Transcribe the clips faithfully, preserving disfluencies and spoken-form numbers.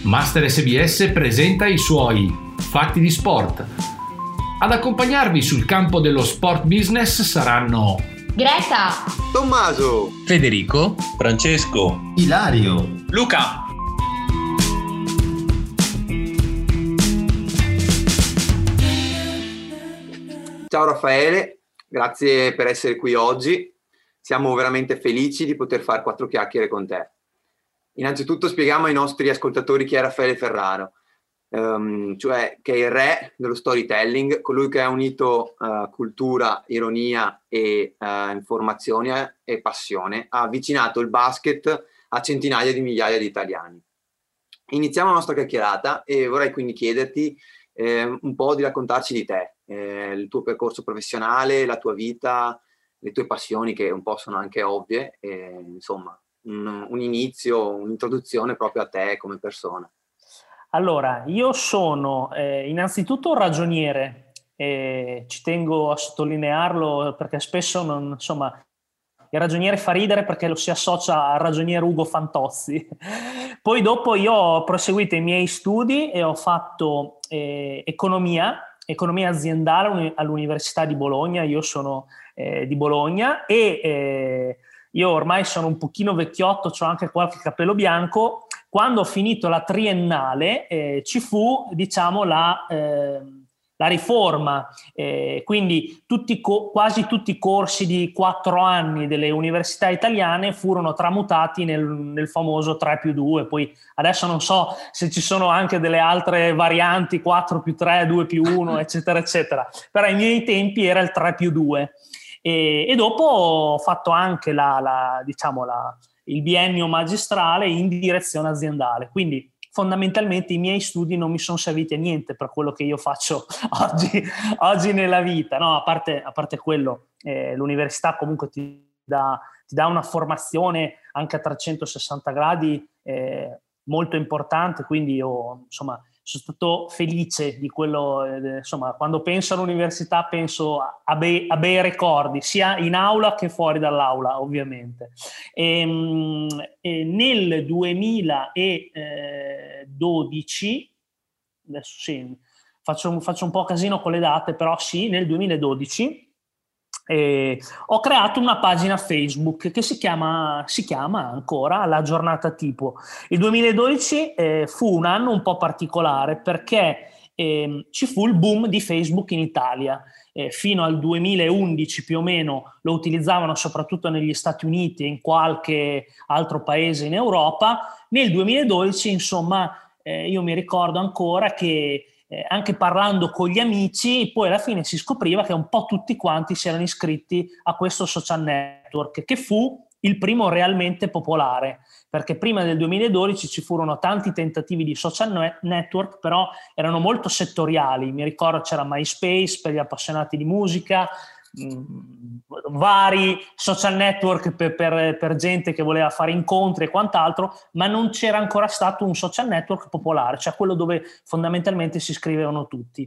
Master S B S presenta i suoi Fatti di Sport. Ad accompagnarvi sul campo dello sport business saranno Greta, Tommaso, Federico, Francesco, Ilario, Luca. Ciao Raffaele, grazie per essere qui oggi. Siamo veramente felici di poter fare quattro chiacchiere con te. Innanzitutto spieghiamo ai nostri ascoltatori chi è Raffaele Ferraro, um, cioè che è il re dello storytelling, colui che ha unito uh, cultura, ironia e uh, informazioni e passione, ha avvicinato il basket a centinaia di migliaia di italiani. Iniziamo la nostra chiacchierata e vorrei quindi chiederti eh, un po' di raccontarci di te, eh, il tuo percorso professionale, la tua vita, le tue passioni che un po' sono anche ovvie, e, insomma un, un inizio, un'introduzione proprio a te come persona. Allora, io sono eh, innanzitutto un ragioniere, e ci tengo a sottolinearlo perché spesso non, insomma, il ragioniere fa ridere perché lo si associa al ragioniere Ugo Fantozzi. Poi dopo io ho proseguito i miei studi e ho fatto eh, economia, economia aziendale all'Università di Bologna. Io sono eh, di Bologna e eh, io ormai sono un pochino vecchiotto, ho anche qualche capello bianco. Quando ho finito la triennale eh, ci fu, diciamo, la, eh, la riforma, eh, quindi tutti, quasi tutti i corsi di quattro anni delle università italiane furono tramutati nel, nel famoso tre più due. Poi adesso non so se ci sono anche delle altre varianti, quattro più tre, due più uno, eccetera, eccetera. Però ai miei tempi era il tre più due. E, e dopo ho fatto anche la, la, diciamo la, il biennio magistrale in direzione aziendale, quindi fondamentalmente i miei studi non mi sono serviti a niente per quello che io faccio oggi, oggi nella vita, no? A parte, a parte quello, eh, l'università comunque ti dà, ti dà una formazione anche a trecentosessanta gradi eh, molto importante, quindi io insomma sono stato felice di quello, eh, insomma, quando penso all'università penso a, a, bei, a bei ricordi, sia in aula che fuori dall'aula, ovviamente. E, e nel duemiladodici, adesso sì, faccio, faccio un po' casino con le date, però sì, nel duemiladodici eh, ho creato una pagina Facebook che si chiama, si chiama ancora La Giornata Tipo. Il duemiladodici eh, fu un anno un po' particolare perché eh, ci fu il boom di Facebook in Italia. Eh, fino al duemilaundici più o meno lo utilizzavano soprattutto negli Stati Uniti e in qualche altro paese in Europa. Nel duemiladodici, insomma, eh, io mi ricordo ancora che Eh, anche parlando con gli amici, poi alla fine si scopriva che un po' tutti quanti si erano iscritti a questo social network, che fu il primo realmente popolare, perché prima del duemiladodici ci furono tanti tentativi di social network, però erano molto settoriali. Mi ricordo c'era MySpace per gli appassionati di musica, mh, vari social network per, per, per gente che voleva fare incontri e quant'altro, ma non c'era ancora stato un social network popolare, cioè quello dove fondamentalmente si iscrivevano tutti.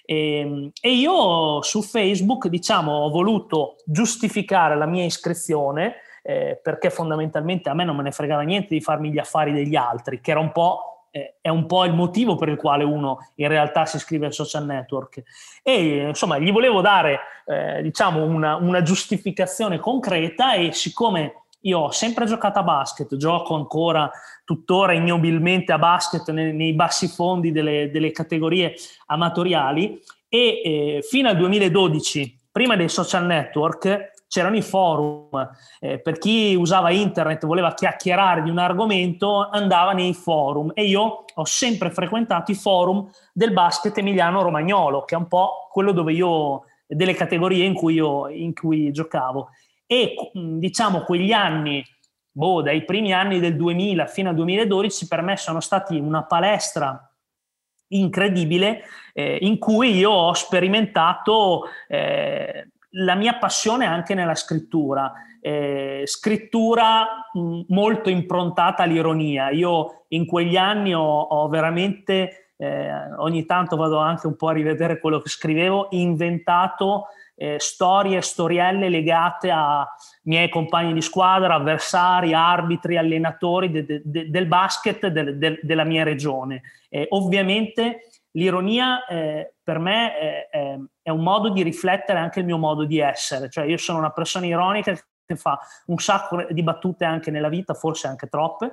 E, e io su Facebook, diciamo, ho voluto giustificare la mia iscrizione eh, perché fondamentalmente a me non me ne fregava niente di farmi gli affari degli altri, che era un po' è un po' il motivo per il quale uno in realtà si iscrive al social network. E insomma gli volevo dare eh, diciamo una, una giustificazione concreta, e siccome io ho sempre giocato a basket, gioco ancora tuttora ignobilmente a basket nei, nei bassi fondi delle, delle categorie amatoriali, e eh, fino al duemiladodici, prima dei social network, c'erano i forum. Eh, per chi usava internet, voleva chiacchierare di un argomento, andava nei forum, e io ho sempre frequentato i forum del basket emiliano romagnolo, che è un po' quello dove io, delle categorie in cui io in cui giocavo. E diciamo quegli anni, boh, dai primi anni del duemila fino al duemiladodici, per me sono stati una palestra incredibile eh, in cui io ho sperimentato eh, la mia passione anche nella scrittura, eh, scrittura mh, molto improntata all'ironia. Io in quegli anni ho, ho veramente, eh, ogni tanto vado anche un po' a rivedere quello che scrivevo, inventato eh, storie, storielle legate a miei compagni di squadra, avversari, arbitri, allenatori de, de, de, del basket de, de, della mia regione. Eh, ovviamente l'ironia eh, per me è, è, è un modo di riflettere anche il mio modo di essere, cioè io sono una persona ironica che fa un sacco di battute anche nella vita, forse anche troppe,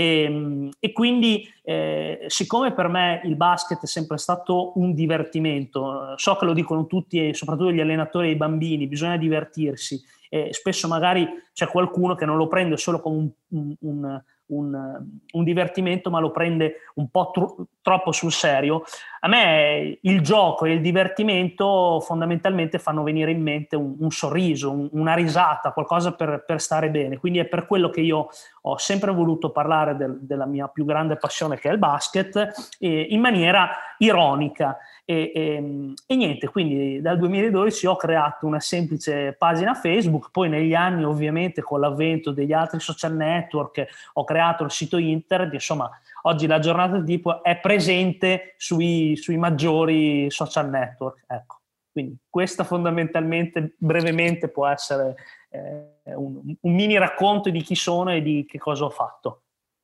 e, e quindi eh, siccome per me il basket è sempre stato un divertimento, so che lo dicono tutti e soprattutto gli allenatori e i bambini, bisogna divertirsi, e spesso magari c'è qualcuno che non lo prende solo come un, un, un Un, un divertimento, ma lo prende un po' tro- troppo sul serio. A me il gioco e il divertimento fondamentalmente fanno venire in mente un, un sorriso, un, una risata, qualcosa per, per stare bene. Quindi è per quello che io ho sempre voluto parlare del, della mia più grande passione, che è il basket, eh, in maniera ironica. E, e, e niente, quindi dal duemiladodici ho creato una semplice pagina Facebook, poi negli anni ovviamente con l'avvento degli altri social network ho creato il sito internet, insomma oggi la giornata tipo è presente sui, sui maggiori social network, ecco. Quindi questa fondamentalmente brevemente può essere eh, un, un mini racconto di chi sono e di che cosa ho fatto.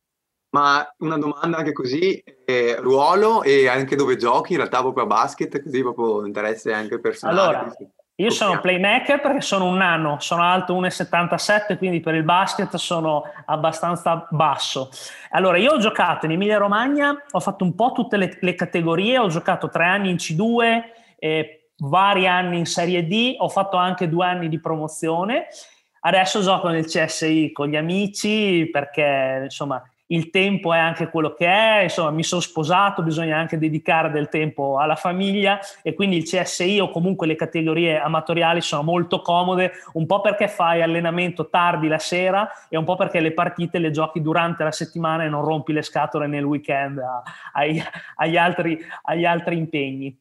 Ma una domanda anche così, eh, ruolo e anche dove giochi, in realtà proprio a basket, così proprio interesse anche personale. Allora, io sono playmaker perché sono un nano, sono alto uno virgola settantasette, quindi per il basket sono abbastanza basso. Allora, io ho giocato in Emilia Romagna, ho fatto un po' tutte le, le categorie, ho giocato tre anni in C due, eh, vari anni in Serie D, ho fatto anche due anni di promozione. Adesso gioco nel C S I con gli amici perché, insomma, il tempo è anche quello che è, insomma mi sono sposato, bisogna anche dedicare del tempo alla famiglia e quindi il C S I o comunque le categorie amatoriali sono molto comode, un po' perché fai allenamento tardi la sera e un po' perché le partite le giochi durante la settimana e non rompi le scatole nel weekend a, ai, agli, altri, agli altri impegni.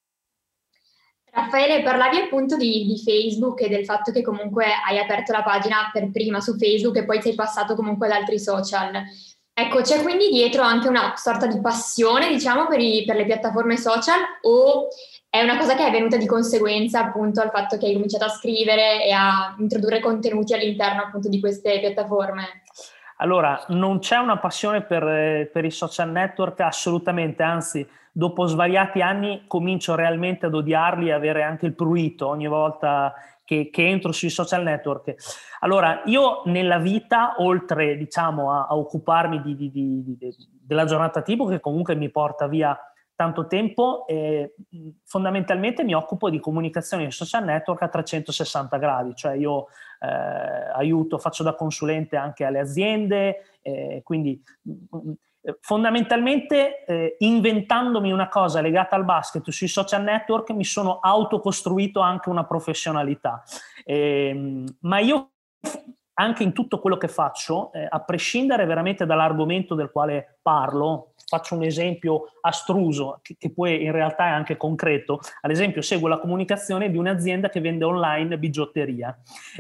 Raffaele, parlavi appunto di, di Facebook e del fatto che comunque hai aperto la pagina per prima su Facebook e poi sei passato comunque ad altri social. Ecco, c'è quindi dietro anche una sorta di passione, diciamo, per, i, per le piattaforme social o è una cosa che è venuta di conseguenza appunto al fatto che hai cominciato a scrivere e a introdurre contenuti all'interno appunto di queste piattaforme? Allora, non c'è una passione per, per i social network assolutamente, anzi dopo svariati anni comincio realmente ad odiarli e avere anche il prurito ogni volta che, che entro sui social network. Allora, io nella vita, oltre diciamo a, a occuparmi di, di, di, di, della giornata tipo, che comunque mi porta via tanto tempo, eh, fondamentalmente mi occupo di comunicazione in social network a trecentosessanta gradi, cioè io eh, aiuto, faccio da consulente anche alle aziende, eh, quindi mh, fondamentalmente eh, inventandomi una cosa legata al basket sui social network mi sono autocostruito anche una professionalità, eh, ma io anche in tutto quello che faccio, eh, a prescindere veramente dall'argomento del quale parlo, faccio un esempio astruso che, che poi in realtà è anche concreto. Ad esempio seguo la comunicazione di un'azienda che vende online bigiotteria.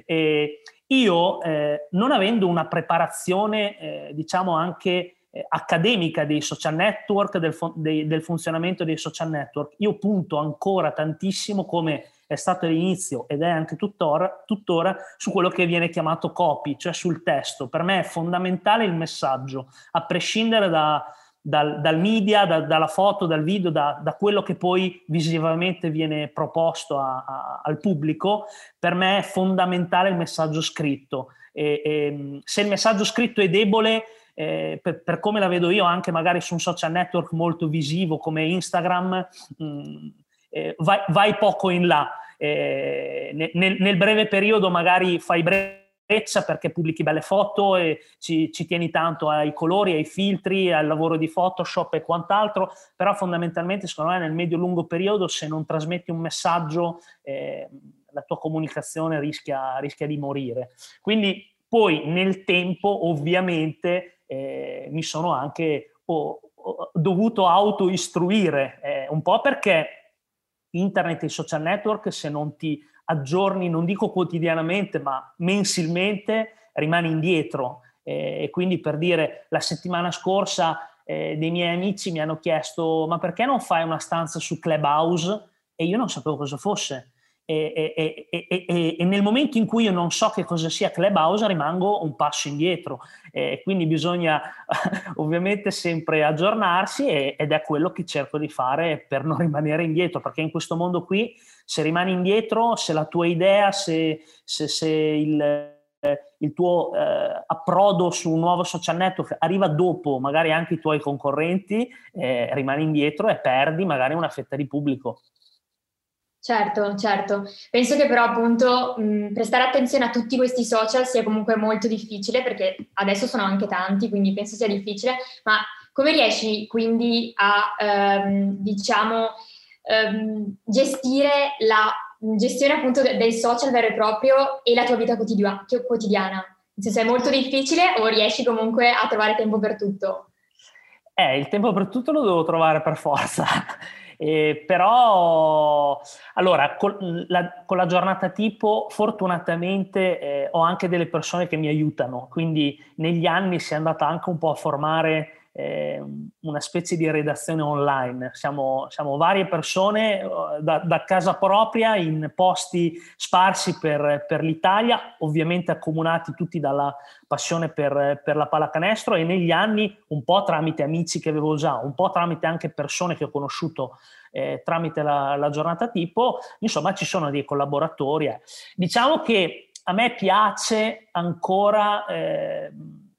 E io eh, non avendo una preparazione eh, diciamo anche eh, accademica dei social network, del, fun- dei, del funzionamento dei social network, io punto ancora tantissimo, come è stato all'inizio ed è anche tuttora, tuttora, su quello che viene chiamato copy, cioè sul testo. Per me è fondamentale il messaggio, a prescindere da, dal, dal media, da, dalla foto, dal video, da, da quello che poi visivamente viene proposto a, a, al pubblico. Per me è fondamentale il messaggio scritto. E, e, se il messaggio scritto è debole, eh, per, per come la vedo io, anche magari su un social network molto visivo come Instagram, mh, Eh, vai, vai poco in là, eh, nel, nel breve periodo magari fai breccia perché pubblichi belle foto e ci, ci tieni tanto ai colori, ai filtri, al lavoro di Photoshop e quant'altro, però fondamentalmente secondo me nel medio-lungo periodo se non trasmetti un messaggio eh, la tua comunicazione rischia, rischia di morire. Quindi poi nel tempo ovviamente eh, mi sono anche ho, ho dovuto autoistruire, eh, un po' perché internet e i social network, se non ti aggiorni, non dico quotidianamente, ma mensilmente, rimani indietro. E eh, quindi per dire, la settimana scorsa eh, dei miei amici mi hanno chiesto ma perché non fai una stanza su Clubhouse? E io non sapevo cosa fosse. e, e, e, e, e nel momento in cui io non so che cosa sia Clubhouse rimango un passo indietro, e quindi bisogna ovviamente sempre aggiornarsi, e, ed è quello che cerco di fare per non rimanere indietro, perché in questo mondo qui se rimani indietro, se la tua idea, se, se, se il il tuo eh, approdo su un nuovo social network arriva dopo magari anche i tuoi concorrenti, eh, rimani indietro e perdi magari una fetta di pubblico. Certo, certo. Penso che però appunto mh, prestare attenzione a tutti questi social sia comunque molto difficile, perché adesso sono anche tanti, quindi penso sia difficile, ma come riesci quindi a ehm, diciamo ehm, gestire la gestione appunto del social vero e proprio e la tua vita quotidiana, quotidiana? Nel senso, è molto difficile o riesci comunque a trovare tempo per tutto? Eh, il tempo per tutto lo devo trovare per forza. Eh, però allora con la, con la giornata tipo fortunatamente eh, ho anche delle persone che mi aiutano, quindi negli anni si è andata anche un po' a formare eh, una specie di redazione online. Siamo, siamo varie persone eh, da, da casa propria in posti sparsi per, per l'Italia, ovviamente accomunati tutti dalla passione per, per la pallacanestro, e negli anni un po' tramite amici che avevo già, un po' tramite anche persone che ho conosciuto eh, tramite la, la giornata tipo, insomma ci sono dei collaboratori. Eh. Diciamo che a me piace ancora eh,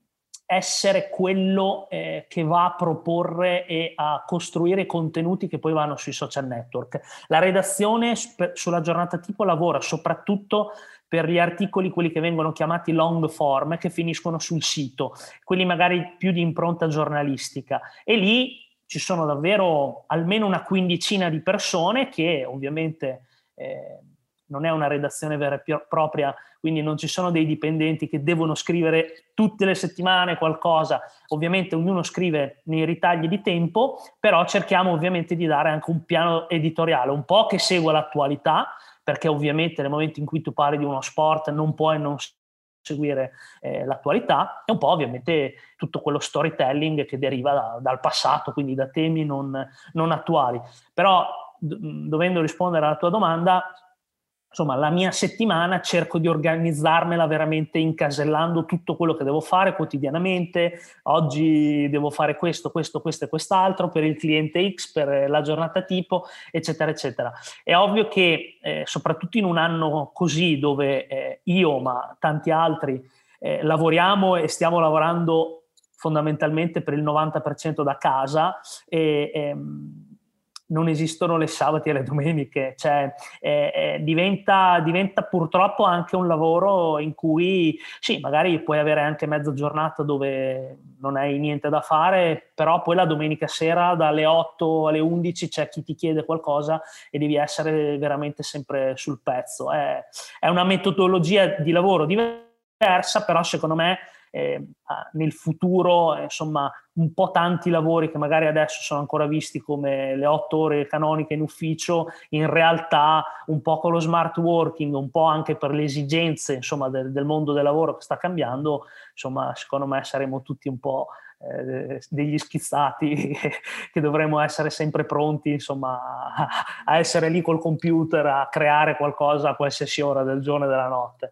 essere quello eh, che va a proporre e a costruire contenuti che poi vanno sui social network. La redazione sp- sulla giornata tipo lavora soprattutto per gli articoli, quelli che vengono chiamati long form, che finiscono sul sito, quelli magari più di impronta giornalistica, e lì ci sono davvero almeno una quindicina di persone che ovviamente eh, non è una redazione vera e propria, quindi non ci sono dei dipendenti che devono scrivere tutte le settimane qualcosa, ovviamente ognuno scrive nei ritagli di tempo, però cerchiamo ovviamente di dare anche un piano editoriale, un po' che segua l'attualità, perché ovviamente nel momento in cui tu parli di uno sport non puoi non seguire eh, l'attualità, e un po' ovviamente tutto quello storytelling che deriva da, dal passato, quindi da temi non, non attuali. Però d- dovendo rispondere alla tua domanda, insomma, la mia settimana cerco di organizzarmela veramente incasellando tutto quello che devo fare quotidianamente. Oggi devo fare questo, questo, questo e quest'altro per il cliente X, per la giornata tipo, eccetera, eccetera. È ovvio che eh, soprattutto in un anno così dove eh, io, ma tanti altri, eh, lavoriamo e stiamo lavorando fondamentalmente per il novanta per cento da casa, e ehm, non esistono le sabati e le domeniche, cioè eh, eh, diventa, diventa purtroppo anche un lavoro in cui sì, magari puoi avere anche mezza giornata dove non hai niente da fare, però poi la domenica sera dalle otto alle undici c'è chi ti chiede qualcosa e devi essere veramente sempre sul pezzo. È, è una metodologia di lavoro diversa, però secondo me Eh, nel futuro, eh, insomma, un po' tanti lavori che magari adesso sono ancora visti come le otto ore canoniche in ufficio, in realtà un po' con lo smart working, un po' anche per le esigenze, insomma, del, del mondo del lavoro che sta cambiando, insomma, secondo me saremo tutti un po' eh, degli schizzati che dovremo essere sempre pronti, insomma, a, a essere lì col computer a creare qualcosa a qualsiasi ora del giorno e della notte.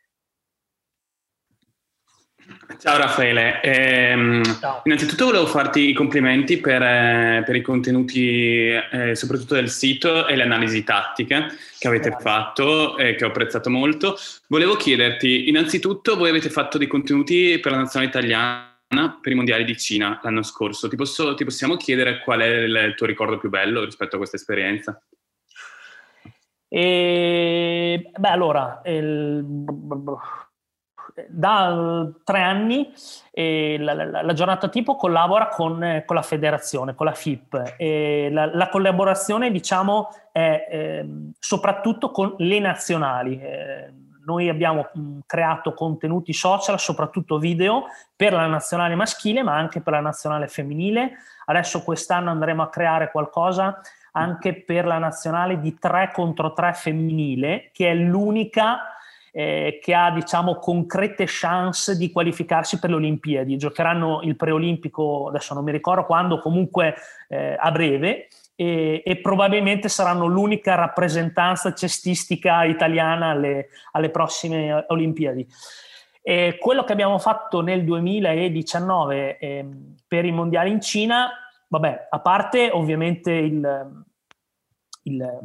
Ciao Raffaele, ehm, Ciao. Innanzitutto volevo farti i complimenti per, eh, per i contenuti eh, soprattutto del sito e le analisi tattiche che avete Grazie. fatto e eh, che ho apprezzato molto. Volevo chiederti, innanzitutto voi avete fatto dei contenuti per la nazionale italiana per i mondiali di Cina l'anno scorso, ti, posso, ti possiamo chiedere qual è il tuo ricordo più bello rispetto a questa esperienza? E, beh allora... Il... Da tre anni eh, la, la, la giornata tipo collabora con, eh, con la federazione, con la F I P. E la, la collaborazione, diciamo, è eh, soprattutto con le nazionali. Eh, noi abbiamo mh, creato contenuti social, soprattutto video, per la nazionale maschile, ma anche per la nazionale femminile. Adesso quest'anno andremo a creare qualcosa anche per la nazionale di tre contro tre femminile, che è l'unica Eh, che ha, diciamo, concrete chance di qualificarsi per le Olimpiadi. Giocheranno il preolimpico, adesso non mi ricordo quando, comunque eh, a breve, e, e, e probabilmente saranno l'unica rappresentanza cestistica italiana alle, alle prossime Olimpiadi. E quello che abbiamo fatto nel duemiladiciannove eh, per i mondiali in Cina, vabbè, a parte ovviamente il, il,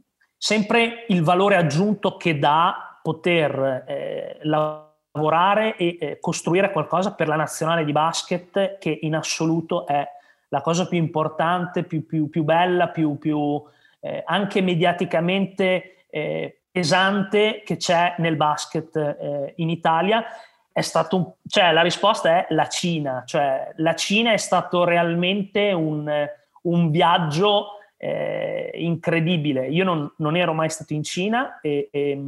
sempre il valore aggiunto che dà poter eh, lavorare e eh, costruire qualcosa per la nazionale di basket, che in assoluto è la cosa più importante, più, più, più bella, più, più eh, anche mediaticamente eh, pesante che c'è nel basket eh, in Italia. È stato un, cioè la risposta è la Cina, cioè la Cina è stato realmente un, un viaggio eh, incredibile. Io non, non ero mai stato in Cina e, e,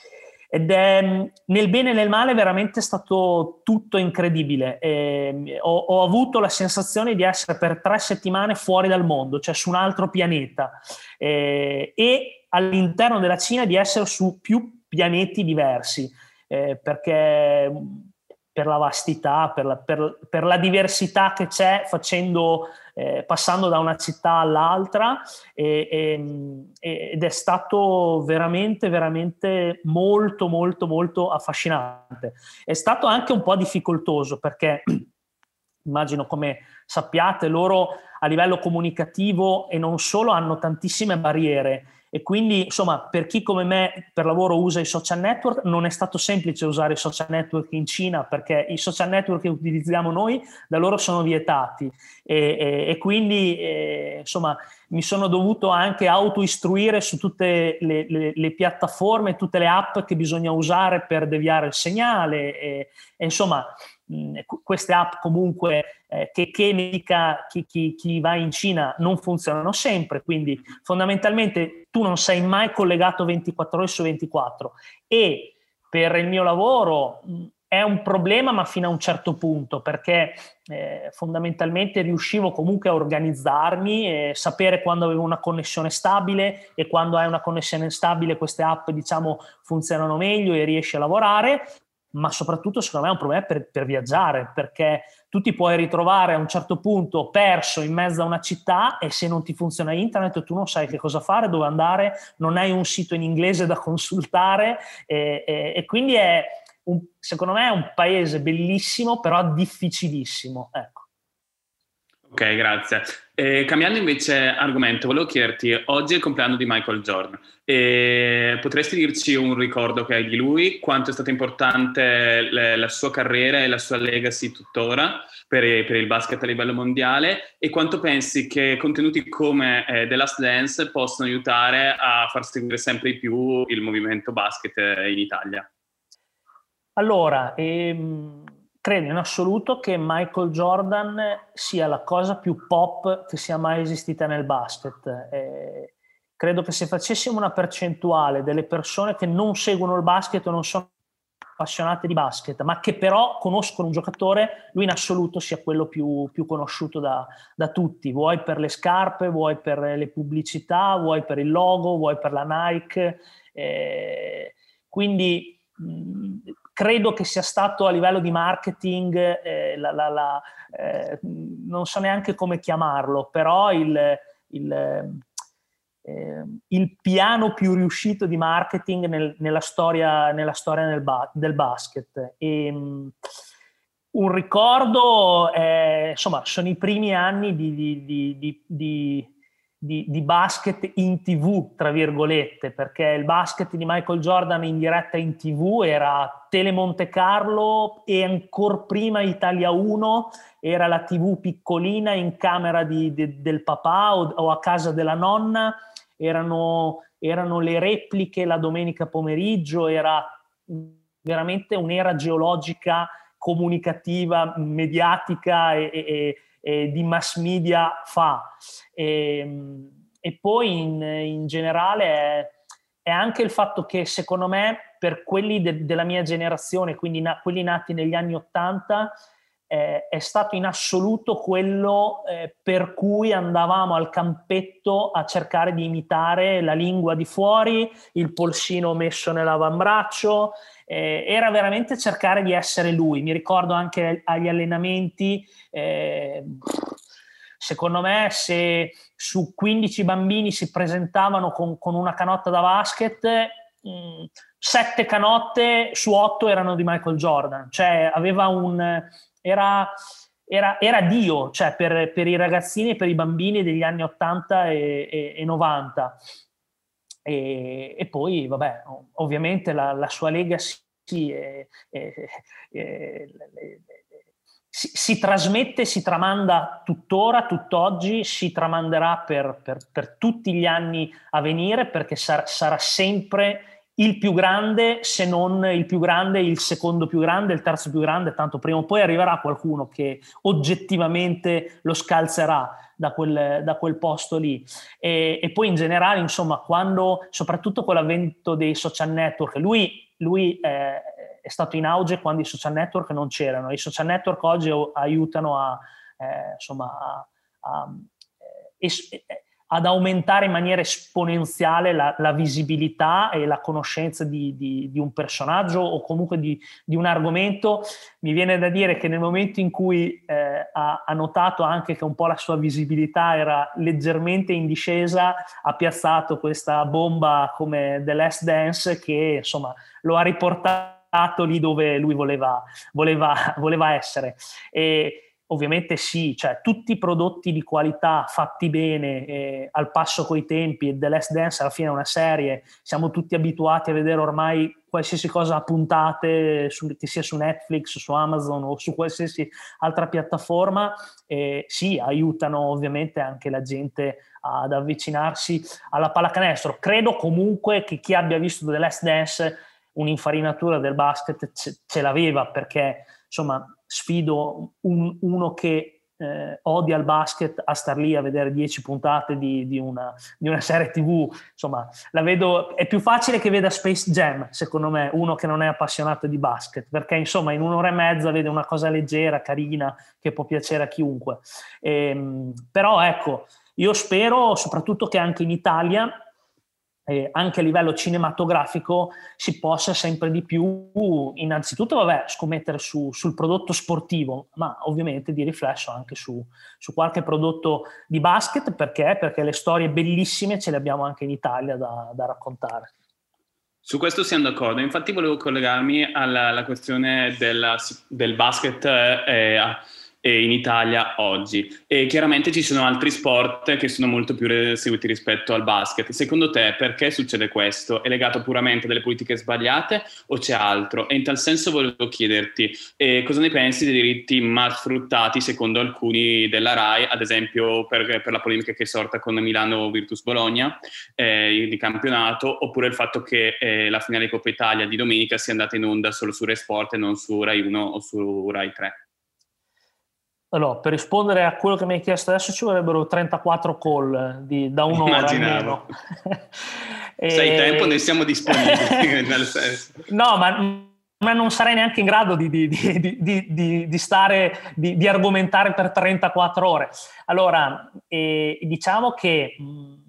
ed è nel bene e nel male veramente stato tutto incredibile. E ho, ho avuto la sensazione di essere per tre settimane fuori dal mondo, cioè su un altro pianeta, e, e all'interno della Cina di essere su più pianeti diversi, eh, perché per la vastità, per la, per, per la diversità che c'è facendo, eh, passando da una città all'altra, e, e, ed è stato veramente, veramente molto, molto, molto affascinante. È stato anche un po' difficoltoso perché immagino, come sappiate, loro a livello comunicativo e non solo hanno tantissime barriere. E quindi, insomma, per chi come me per lavoro usa i social network, non è stato semplice usare i social network in Cina, perché i social network che utilizziamo noi da loro sono vietati e, e, e quindi eh, insomma mi sono dovuto anche autoistruire su tutte le, le, le piattaforme, tutte le app che bisogna usare per deviare il segnale e, e insomma mh, queste app comunque eh, che, che ne dica chi, chi, chi va in Cina non funzionano sempre, quindi fondamentalmente tu non sei mai collegato ventiquattro ore su ventiquattro e per il mio lavoro mh, è un problema, ma fino a un certo punto, perché eh, fondamentalmente riuscivo comunque a organizzarmi e sapere quando avevo una connessione stabile, e quando hai una connessione stabile queste app, diciamo, funzionano meglio e riesci a lavorare. Ma soprattutto secondo me è un problema per, per viaggiare, perché tu ti puoi ritrovare a un certo punto perso in mezzo a una città e se non ti funziona internet tu non sai che cosa fare, dove andare, non hai un sito in inglese da consultare e, e, e quindi è un, secondo me è un paese bellissimo però difficilissimo, ecco. Ok, grazie. Eh, cambiando invece argomento, volevo chiederti, oggi è il compleanno di Michael Jordan. Eh, potresti dirci un ricordo che hai di lui? Quanto è stata importante le, la sua carriera e la sua legacy tuttora per, per il basket a livello mondiale? E quanto pensi che contenuti come eh, The Last Dance possano aiutare a far seguire sempre di più il movimento basket in Italia? Allora, ehm... credo in assoluto che Michael Jordan sia la cosa più pop che sia mai esistita nel basket. Eh, credo che se facessimo una percentuale delle persone che non seguono il basket o non sono appassionate di basket, ma che però conoscono un giocatore, lui in assoluto sia quello più, più conosciuto da, da tutti, vuoi per le scarpe, vuoi per le pubblicità, vuoi per il logo, vuoi per la Nike. Eh, quindi mh, credo che sia stato a livello di marketing, eh, la, la, la, eh, non so neanche come chiamarlo, però il, il, eh, il piano più riuscito di marketing nel, nella storia, nella storia nel ba- del basket. E, um, un ricordo, eh, insomma, sono i primi anni di, di, di, di, di Di, di basket in tivù, tra virgolette, perché il basket di Michael Jordan in diretta in tivù era Tele Monte Carlo e ancora prima Italia uno, era la tivù piccolina in camera di, di, del papà o, o a casa della nonna, erano, erano le repliche la domenica pomeriggio, era veramente un'era geologica, comunicativa, mediatica e, e Eh, di mass media fa e, e poi in, in generale è, è anche il fatto che secondo me per quelli de, della mia generazione, quindi na, quelli nati negli anni ottanta, eh, è stato in assoluto quello eh, per cui andavamo al campetto a cercare di imitare la lingua di fuori, il polsino messo nell'avambraccio. Eh, era veramente cercare di essere lui. Mi ricordo anche agli allenamenti, eh, secondo me se su quindici bambini si presentavano con, con una canotta da basket, mh, sette canotte su otto erano di Michael Jordan, cioè aveva un era, era, era Dio, cioè per, per i ragazzini e per i bambini degli anni ottanta e, e, e novanta. E, e poi vabbè, ovviamente la, la sua legacy è, è, è, è, si, si trasmette, si tramanda tuttora, tutt'oggi, si tramanderà per, per, per tutti gli anni a venire, perché sar, sarà sempre il più grande, se non il più grande, il secondo più grande, il terzo più grande, tanto prima o poi arriverà qualcuno che oggettivamente lo scalzerà da quel, da quel posto lì. E, e poi in generale, insomma, quando, soprattutto con l'avvento dei social network, lui, lui eh, è stato in auge quando i social network non c'erano. I social network oggi aiutano a, eh, insomma, a, a es, ad aumentare in maniera esponenziale la, la visibilità e la conoscenza di, di, di un personaggio o comunque di, di un argomento. Mi viene da dire che nel momento in cui eh, ha, ha notato anche che un po' la sua visibilità era leggermente in discesa, ha piazzato questa bomba come The Last Dance che insomma lo ha riportato lì dove lui voleva, voleva, voleva essere. E ovviamente sì, cioè tutti i prodotti di qualità fatti bene, eh, al passo coi tempi, e The Last Dance alla fine è una serie, siamo tutti abituati a vedere ormai qualsiasi cosa a puntate, su, che sia su Netflix, su Amazon o su qualsiasi altra piattaforma, eh, sì, aiutano ovviamente anche la gente ad avvicinarsi alla pallacanestro. Credo comunque che chi abbia visto The Last Dance un'infarinatura del basket ce, ce l'aveva, perché insomma sfido un, uno che eh, odia il basket a star lì a vedere dieci puntate di, di, una, di una serie tivù. Insomma, la vedo, è più facile che veda Space Jam, secondo me, uno che non è appassionato di basket, perché insomma in un'ora e mezza vede una cosa leggera, carina, che può piacere a chiunque. Ehm, però ecco, io spero soprattutto che anche in Italia, Eh, anche a livello cinematografico, si possa sempre di più innanzitutto vabbè, scommettere su, sul prodotto sportivo, ma ovviamente di riflesso anche su, su qualche prodotto di basket. Perché? Perché le storie bellissime ce le abbiamo anche in Italia da, da raccontare. Su questo siamo d'accordo, infatti volevo collegarmi alla, alla questione della, del basket eh, in Italia oggi, e chiaramente ci sono altri sport che sono molto più seguiti rispetto al basket. Secondo te perché succede questo? È legato puramente a delle politiche sbagliate o c'è altro? E in tal senso volevo chiederti eh, cosa ne pensi dei diritti mal sfruttati secondo alcuni della RAI, ad esempio per, per la polemica che è sorta con Milano Virtus Bologna eh, di campionato, oppure il fatto che eh, la finale di Coppa Italia di domenica sia andata in onda solo su Rai Sport e non su Rai uno o su Rai tre. Allora, per rispondere a quello che mi hai chiesto adesso ci vorrebbero trentaquattro call di, da un'ora almeno. e... Se hai tempo ne siamo disponibili. Nel senso. No, ma, ma non sarei neanche in grado di, di, di, di, di, di stare, di, di argomentare per trentaquattro ore. Allora, eh, diciamo che mh,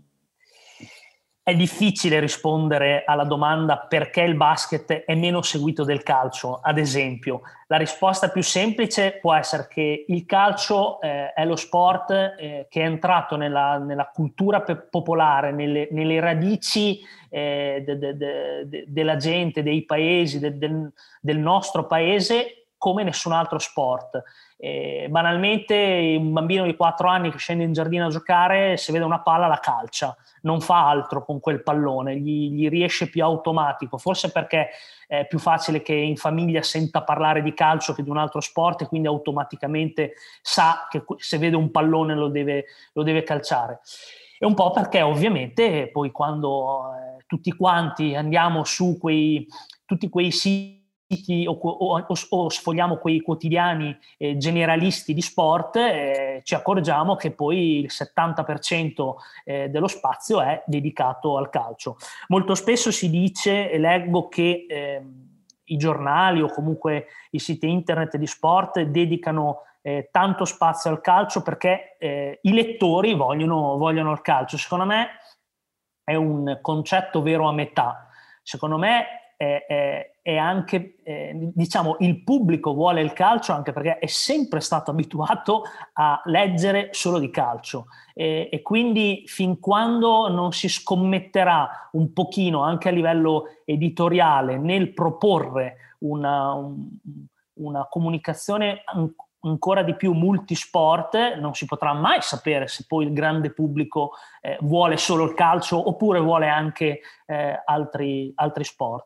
è difficile rispondere alla domanda perché il basket è meno seguito del calcio, ad esempio. La risposta più semplice può essere che il calcio eh, è lo sport eh, che è entrato nella, nella cultura pe- popolare, nelle, nelle radici eh, de, de, de, de, della gente, dei paesi, de, de, del nostro paese, come nessun altro sport. Eh, banalmente un bambino di quattro anni che scende in giardino a giocare, se vede una palla la calcia, non fa altro con quel pallone, gli, gli riesce più automatico, forse perché è più facile che in famiglia senta parlare di calcio che di un altro sport, e quindi automaticamente sa che se vede un pallone lo deve, lo deve calciare. E un po' perché ovviamente poi quando eh, tutti quanti andiamo su quei, tutti quei siti O, o, o sfogliamo quei quotidiani eh, generalisti di sport, eh, ci accorgiamo che poi il settanta per cento eh, dello spazio è dedicato al calcio. Molto spesso si dice, e leggo, che eh, i giornali o comunque i siti internet di sport dedicano eh, tanto spazio al calcio perché eh, i lettori vogliono, vogliono il calcio. Secondo me è un concetto vero a metà. Secondo me è, è, è anche, eh, diciamo, il pubblico vuole il calcio anche perché è sempre stato abituato a leggere solo di calcio e, e quindi fin quando non si scommetterà un pochino anche a livello editoriale nel proporre una, un, una comunicazione ancora ancora di più multisport, non si potrà mai sapere se poi il grande pubblico eh, vuole solo il calcio oppure vuole anche eh, altri, altri sport.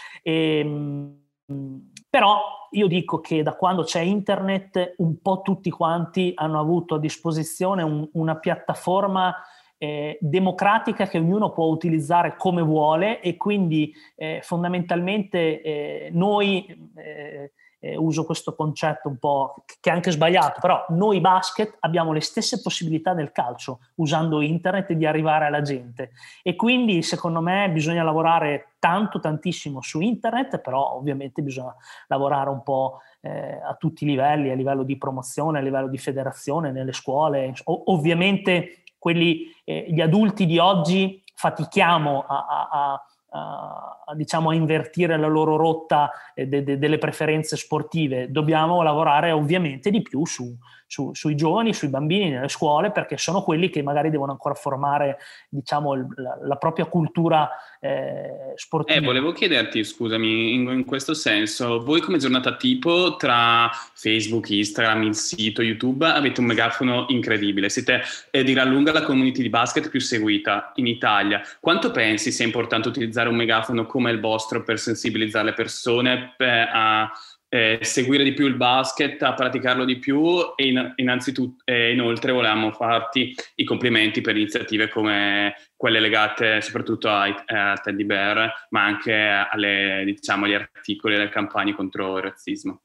E, però io dico che da quando c'è internet un po' tutti quanti hanno avuto a disposizione un, una piattaforma eh, democratica che ognuno può utilizzare come vuole e quindi eh, fondamentalmente eh, noi eh, Eh, uso questo concetto un po' che è anche sbagliato, però noi basket abbiamo le stesse possibilità del calcio usando internet di arrivare alla gente e quindi secondo me bisogna lavorare tanto tantissimo su internet, però ovviamente bisogna lavorare un po' eh, a tutti i livelli, a livello di promozione, a livello di federazione, nelle scuole. O- ovviamente quelli, eh, gli adulti di oggi fatichiamo a, a, a A, diciamo a invertire la loro rotta eh, de, de, delle preferenze sportive. Dobbiamo lavorare ovviamente di più su, su, sui giovani, sui bambini nelle scuole, perché sono quelli che magari devono ancora formare, diciamo, il, la, la propria cultura eh, sportiva. Eh, volevo chiederti, scusami, in, in questo senso, voi come giornata tipo tra Facebook, Instagram, il sito, YouTube avete un megafono incredibile, siete eh, di gran lunga la community di basket più seguita in Italia. Quanto pensi sia importante utilizzare un megafono come il vostro per sensibilizzare le persone per, a eh, seguire di più il basket, a praticarlo di più e in, innanzitutto eh, inoltre volevamo farti i complimenti per iniziative come quelle legate soprattutto ai, a Teddy Bear, ma anche alle, diciamo, agli articoli e alle campagne contro il razzismo.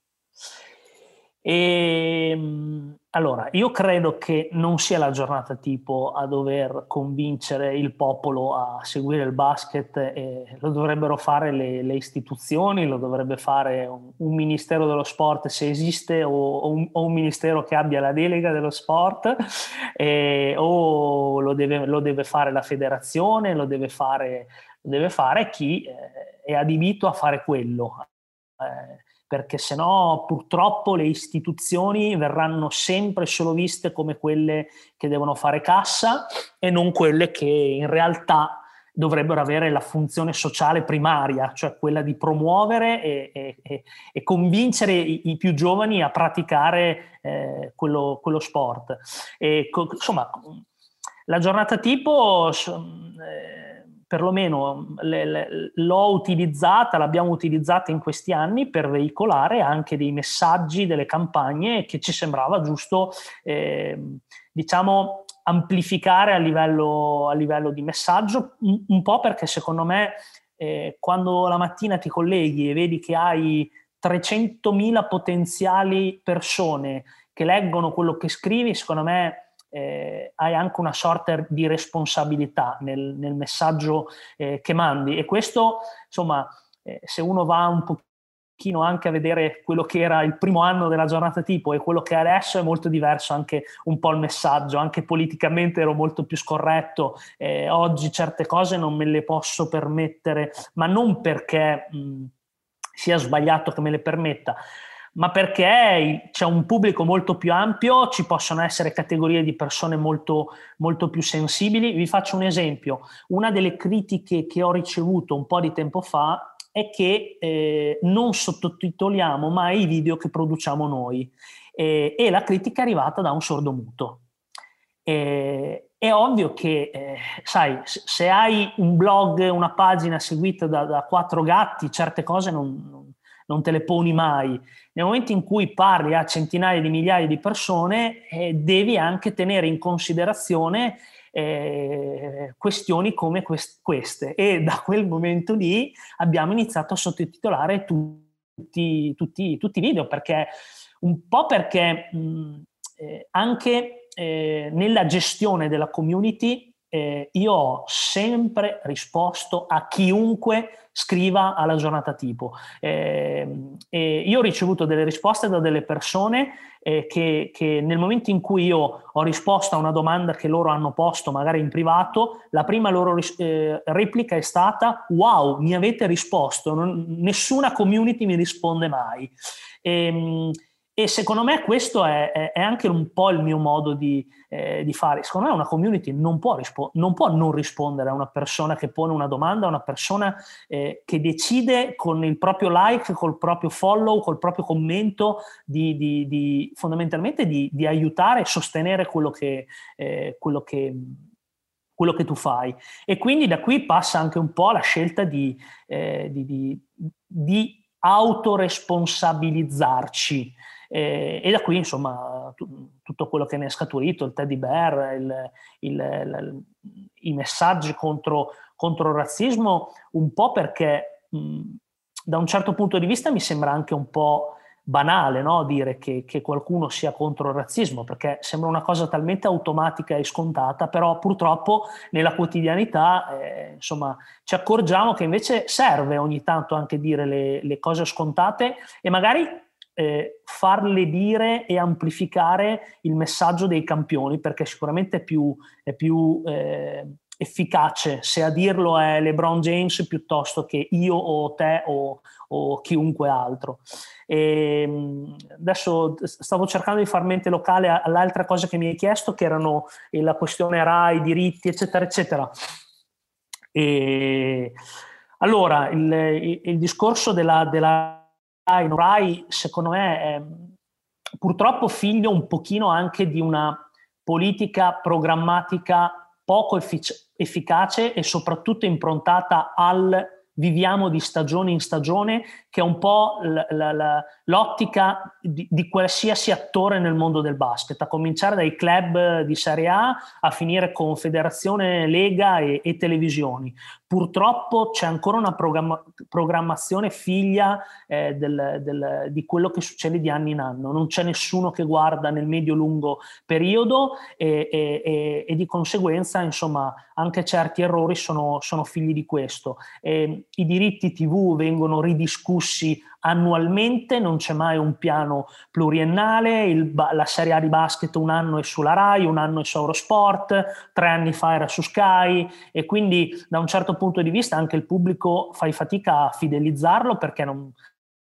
E, allora, io credo che non sia la giornata tipo a dover convincere il popolo a seguire il basket, e lo dovrebbero fare le, le istituzioni, lo dovrebbe fare un, un ministero dello sport se esiste, o, o, un, o un ministero che abbia la delega dello sport, e, o lo deve, lo deve fare la federazione, lo deve fare, lo deve fare chi eh, è adibito a fare quello. Eh, perché sennò purtroppo le istituzioni verranno sempre solo viste come quelle che devono fare cassa e non quelle che in realtà dovrebbero avere la funzione sociale primaria, cioè quella di promuovere e, e, e convincere i, i più giovani a praticare eh, quello, quello sport. E, insomma, la giornata tipo eh, perlomeno le, le, l'ho utilizzata, l'abbiamo utilizzata in questi anni per veicolare anche dei messaggi, delle campagne che ci sembrava giusto, eh, diciamo, amplificare a livello, a livello di messaggio, un, un po' perché secondo me eh, quando la mattina ti colleghi e vedi che hai trecentomila potenziali persone che leggono quello che scrivi, secondo me Eh, hai anche una sorta di responsabilità nel, nel messaggio eh, che mandi, e questo insomma eh, se uno va un pochino anche a vedere quello che era il primo anno della giornata tipo e quello che è adesso, è molto diverso anche un po' il messaggio, anche politicamente ero molto più scorretto, eh, oggi certe cose non me le posso permettere, ma non perché mh, sia sbagliato che me le permetta, ma perché c'è un pubblico molto più ampio, ci possono essere categorie di persone molto, molto più sensibili. Vi faccio un esempio. Una delle critiche che ho ricevuto un po' di tempo fa è che eh, non sottotitoliamo mai i video che produciamo noi, eh, e la critica è arrivata da un sordomuto. Eh, è ovvio che, eh, sai, se hai un blog, una pagina seguita da, da quattro gatti, certe cose non, non, non te le poni mai. Nel momento in cui parli a centinaia di migliaia di persone, eh, devi anche tenere in considerazione eh, questioni come quest- queste. E da quel momento lì abbiamo iniziato a sottotitolare tutti, tutti, tutti i video, perché un po' perché mh, eh, anche eh, nella gestione della community eh, io ho sempre risposto a chiunque scriva alla giornata tipo. Eh, e io ho ricevuto delle risposte da delle persone eh, che, che nel momento in cui io ho risposto a una domanda che loro hanno posto magari in privato, la prima loro ris- eh, replica è stata: wow, mi avete risposto, non, nessuna community mi risponde mai. E, e secondo me questo è, è anche un po' il mio modo di, eh, di fare. Secondo me una community non può, rispo- non può non rispondere a una persona che pone una domanda, a una persona eh, che decide con il proprio like, col proprio follow, col proprio commento di, di, di fondamentalmente di, di aiutare e sostenere quello che, eh, quello che quello che tu fai. E quindi da qui passa anche un po' la scelta di, eh, di, di, di autoresponsabilizzarci. Eh, e da qui, insomma, tu, tutto quello che ne è scaturito, il teddy bear, il, il, il, i messaggi contro, contro il razzismo, un po' perché mh, da un certo punto di vista mi sembra anche un po' banale, no? Dire che, che qualcuno sia contro il razzismo, perché sembra una cosa talmente automatica e scontata, però purtroppo nella quotidianità eh, insomma, ci accorgiamo che invece serve ogni tanto anche dire le, le cose scontate e magari eh, farle dire e amplificare il messaggio dei campioni, perché sicuramente è più, è più eh, efficace se a dirlo è LeBron James piuttosto che io o te o, o chiunque altro. E adesso stavo cercando di far mente locale alle altre cose che mi hai chiesto, che erano la questione Rai, diritti, eccetera, eccetera. E allora, il, il, il discorso della, della Rai, Rai, secondo me, è purtroppo figlio un pochino anche di una politica programmatica poco effic- efficace e soprattutto improntata al viviamo di stagione in stagione, che è un po' l- l- l- l'ottica di-, di qualsiasi attore nel mondo del basket, a cominciare dai club di Serie A a finire con federazione, lega e, e televisioni. Purtroppo c'è ancora una programma- programmazione figlia eh, del, del, di quello che succede di anno in anno. Non c'è nessuno che guarda nel medio-lungo periodo e, e, e, e di conseguenza, insomma, anche certi errori sono, sono figli di questo. E i diritti tivù vengono ridiscussi annualmente, non c'è mai un piano pluriennale, il, la Serie A di basket un anno è sulla Rai, un anno è su Eurosport, tre anni fa era su Sky, e quindi da un certo punto di vista anche il pubblico fai fatica a fidelizzarlo, perché non,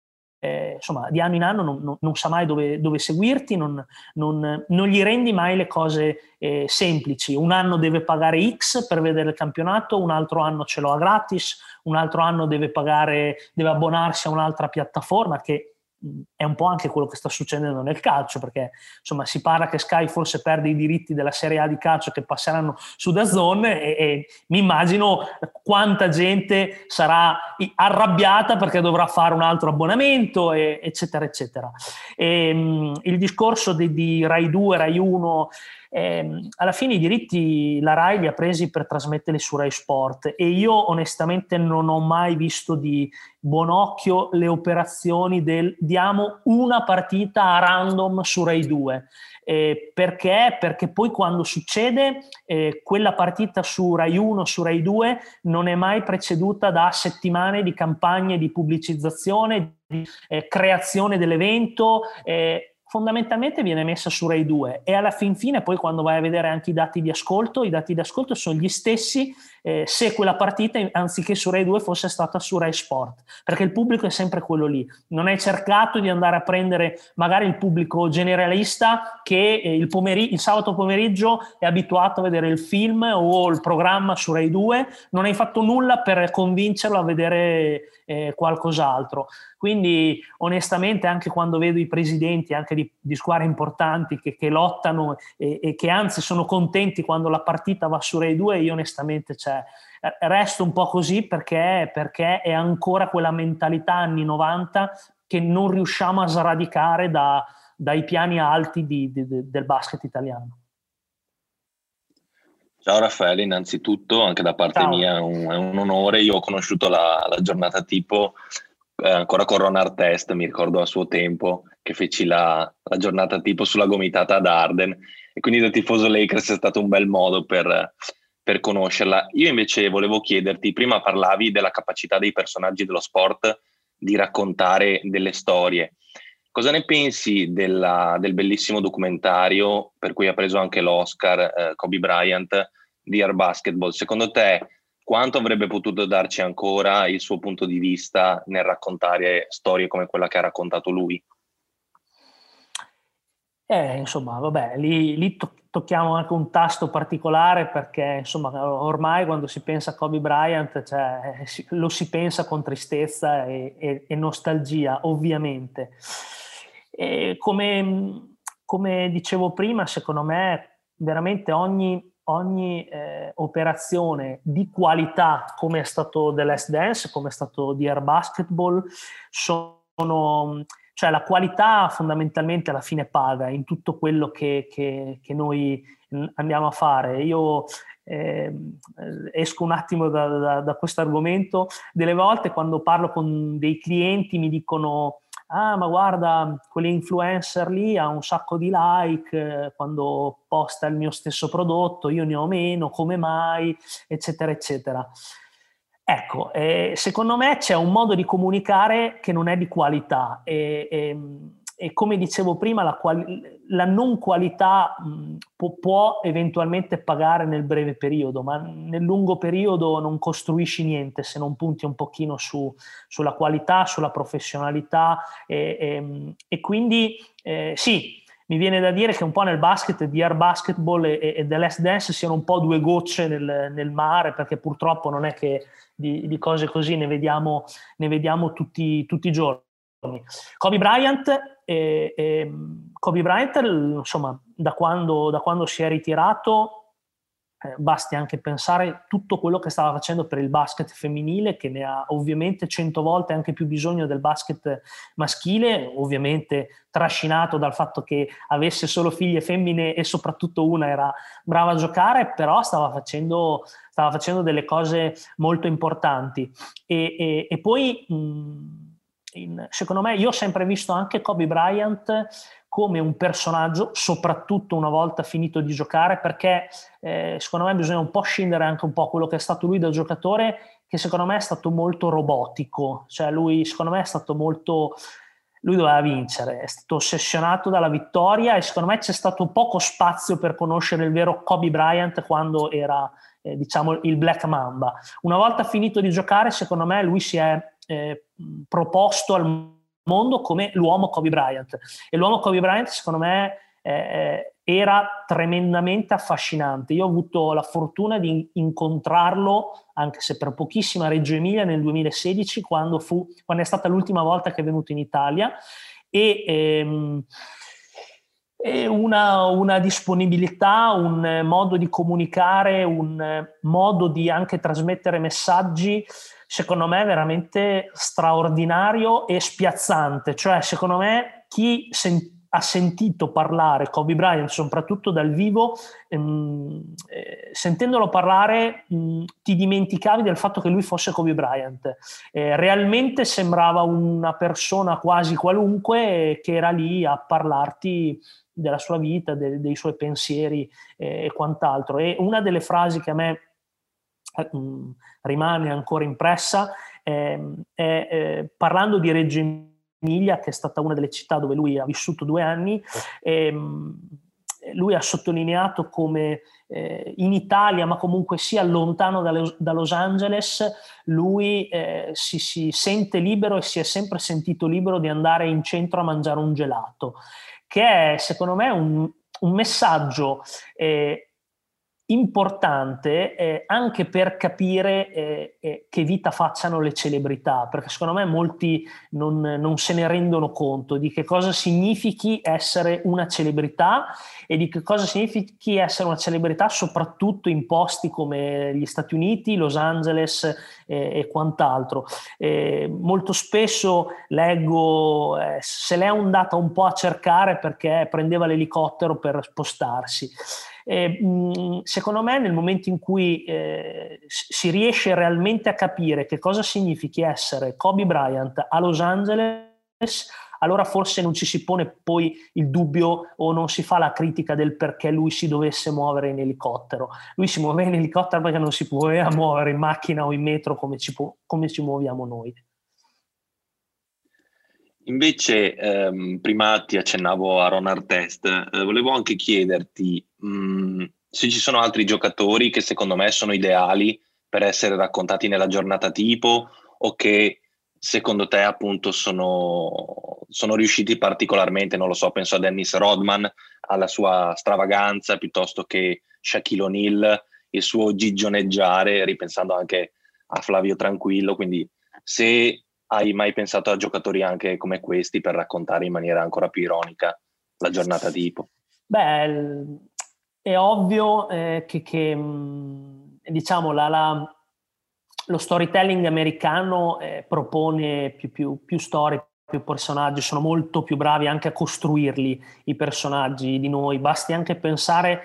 eh, insomma, di anno in anno non, non, non sa mai dove, dove seguirti, non, non, non gli rendi mai le cose eh, semplici. Un anno deve pagare X per vedere il campionato, un altro anno ce l'ha gratis, un altro anno deve pagare, deve abbonarsi a un'altra piattaforma, che è un po' anche quello che sta succedendo nel calcio, perché insomma si parla che Sky forse perde i diritti della Serie A di calcio che passeranno su DAZN e, e mi immagino quanta gente sarà arrabbiata perché dovrà fare un altro abbonamento e, eccetera eccetera. E, um, il discorso di, di Rai due, Rai uno, eh, alla fine i diritti la Rai li ha presi per trasmetterli su Rai Sport e io onestamente non ho mai visto di buon occhio le operazioni del diamo una partita a random su Rai due. Eh, perché? Perché poi quando succede eh, quella partita su Rai uno, su Rai due non è mai preceduta da settimane di campagne di pubblicizzazione, di eh, creazione dell'evento, eh, fondamentalmente viene messa su Rai due e alla fin fine poi quando vai a vedere anche i dati di ascolto, i dati di ascolto sono gli stessi eh, se quella partita anziché su Rai due fosse stata su Rai Sport, perché il pubblico è sempre quello lì. Non hai cercato di andare a prendere magari il pubblico generalista che eh, il, pomeriggio, il sabato pomeriggio è abituato a vedere il film o il programma su Rai due, non hai fatto nulla per convincerlo a vedere eh, qualcos'altro. Quindi onestamente anche quando vedo i presidenti anche di, di squadre importanti che, che lottano e, e che anzi sono contenti quando la partita va su Rai due, io onestamente cioè, resto un po' così perché, perché è ancora quella mentalità anni novanta che non riusciamo a sradicare da, dai piani alti di, di, di, del basket italiano. Ciao Raffaele, innanzitutto anche da parte Ciao. mia è un, è un onore. Io ho conosciuto la, la giornata tipo eh, ancora con Ron Artest, mi ricordo a suo tempo che feci la, la giornata tipo sulla gomitata ad Arden e quindi da tifoso Lakers è stato un bel modo per, per conoscerla. Io invece volevo chiederti, prima parlavi della capacità dei personaggi dello sport di raccontare delle storie. Cosa ne pensi della, del bellissimo documentario per cui ha preso anche l'Oscar, eh, Kobe Bryant, Dear Basketball? Secondo te quanto avrebbe potuto darci ancora il suo punto di vista nel raccontare storie come quella che ha raccontato lui? Eh, insomma, vabbè, lì, lì to- tocchiamo anche un tasto particolare, perché insomma ormai quando si pensa a Kobe Bryant, cioè, si- lo si pensa con tristezza e, e- e nostalgia, ovviamente. E come, come dicevo prima, secondo me veramente ogni, ogni eh, operazione di qualità, come è stato The Last Dance, come è stato Dear Basketball, sono... Cioè la qualità fondamentalmente alla fine paga in tutto quello che, che, che noi andiamo a fare. Io eh, esco un attimo da, da, da questo argomento. Delle volte quando parlo con dei clienti mi dicono: ah, ma guarda, quell'influencer lì ha un sacco di like eh, quando posta il mio stesso prodotto, io ne ho meno, come mai, eccetera, eccetera. Ecco, eh, secondo me c'è un modo di comunicare che non è di qualità e, e, e come dicevo prima la, quali- la non qualità mh, può, può eventualmente pagare nel breve periodo, ma nel lungo periodo non costruisci niente se non punti un pochino su, sulla qualità, sulla professionalità e, e, e quindi eh, sì, mi viene da dire che un po' nel basket, Dear Basketball e, e The Last Dance siano un po' due gocce nel, nel mare, perché purtroppo non è che di, di cose così ne vediamo, ne vediamo tutti, tutti i giorni. Kobe Bryant, eh, eh, Kobe Bryant insomma, da quando, da quando si è ritirato, eh, basti anche pensare tutto quello che stava facendo per il basket femminile, che ne ha ovviamente cento volte anche più bisogno del basket maschile, ovviamente trascinato dal fatto che avesse solo figlie femmine e soprattutto una era brava a giocare, però stava facendo, stava facendo delle cose molto importanti. E, e, e poi mh, in, secondo me, io ho sempre visto anche Kobe Bryant come un personaggio, soprattutto una volta finito di giocare, perché eh, secondo me bisogna un po' scendere anche un po' quello che è stato lui da giocatore, che secondo me è stato molto robotico, cioè lui secondo me è stato molto... lui doveva vincere, è stato ossessionato dalla vittoria e secondo me c'è stato poco spazio per conoscere il vero Kobe Bryant quando era eh, diciamo il Black Mamba. Una volta finito di giocare, secondo me lui si è eh, proposto al mondo come l'uomo Kobe Bryant, e l'uomo Kobe Bryant secondo me eh, era tremendamente affascinante. Io ho avuto la fortuna di incontrarlo, anche se per pochissima, a Reggio Emilia nel duemilasedici, quando, fu, quando è stata l'ultima volta che è venuto in Italia, e ehm, e una, una disponibilità, un modo di comunicare, un modo di anche trasmettere messaggi secondo me veramente straordinario e spiazzante. Cioè secondo me chi sen- ha sentito parlare Kobe Bryant soprattutto dal vivo, ehm, eh, sentendolo parlare mh, ti dimenticavi del fatto che lui fosse Kobe Bryant. Eh, realmente sembrava una persona quasi qualunque che era lì a parlarti della sua vita, de- dei suoi pensieri eh, e quant'altro. E una delle frasi che a me eh, mh, rimane ancora impressa eh, è eh, parlando di Reggio Emilia, che è stata una delle città dove lui ha vissuto due anni, ehm, lui ha sottolineato come eh, in Italia, ma comunque sia lontano da, da Los Angeles, lui eh, si, si sente libero e si è sempre sentito libero di andare in centro a mangiare un gelato, che è secondo me un, un messaggio eh, importante eh, anche per capire eh, eh, che vita facciano le celebrità, perché secondo me molti non, non se ne rendono conto di che cosa significhi essere una celebrità e di che cosa significhi essere una celebrità soprattutto in posti come gli Stati Uniti, Los Angeles eh, e quant'altro. Eh, molto spesso leggo eh, se l'è andata un po' a cercare perché prendeva l'elicottero per spostarsi. Eh, mh, secondo me nel momento in cui eh, si riesce realmente a capire che cosa significhi essere Kobe Bryant a Los Angeles, allora forse non ci si pone poi il dubbio o non si fa la critica del perché lui si dovesse muovere in elicottero. Lui si muove in elicottero perché non si poteva muovere in macchina o in metro come ci, come ci muoviamo noi. Invece, ehm, prima ti accennavo a Ron Artest, eh, volevo anche chiederti mh, se ci sono altri giocatori che secondo me sono ideali per essere raccontati nella giornata tipo, o che secondo te appunto sono, sono riusciti particolarmente, non lo so, penso a Dennis Rodman, alla sua stravaganza, piuttosto che Shaquille O'Neal, il suo gigioneggiare, ripensando anche a Flavio Tranquillo. Quindi se hai mai pensato a giocatori anche come questi per raccontare in maniera ancora più ironica la giornata tipo? Beh, è ovvio eh, che, che diciamo la, la, lo storytelling americano eh, propone più, più, più storie, più personaggi, sono molto più bravi anche a costruirli i personaggi di noi. Basti anche pensare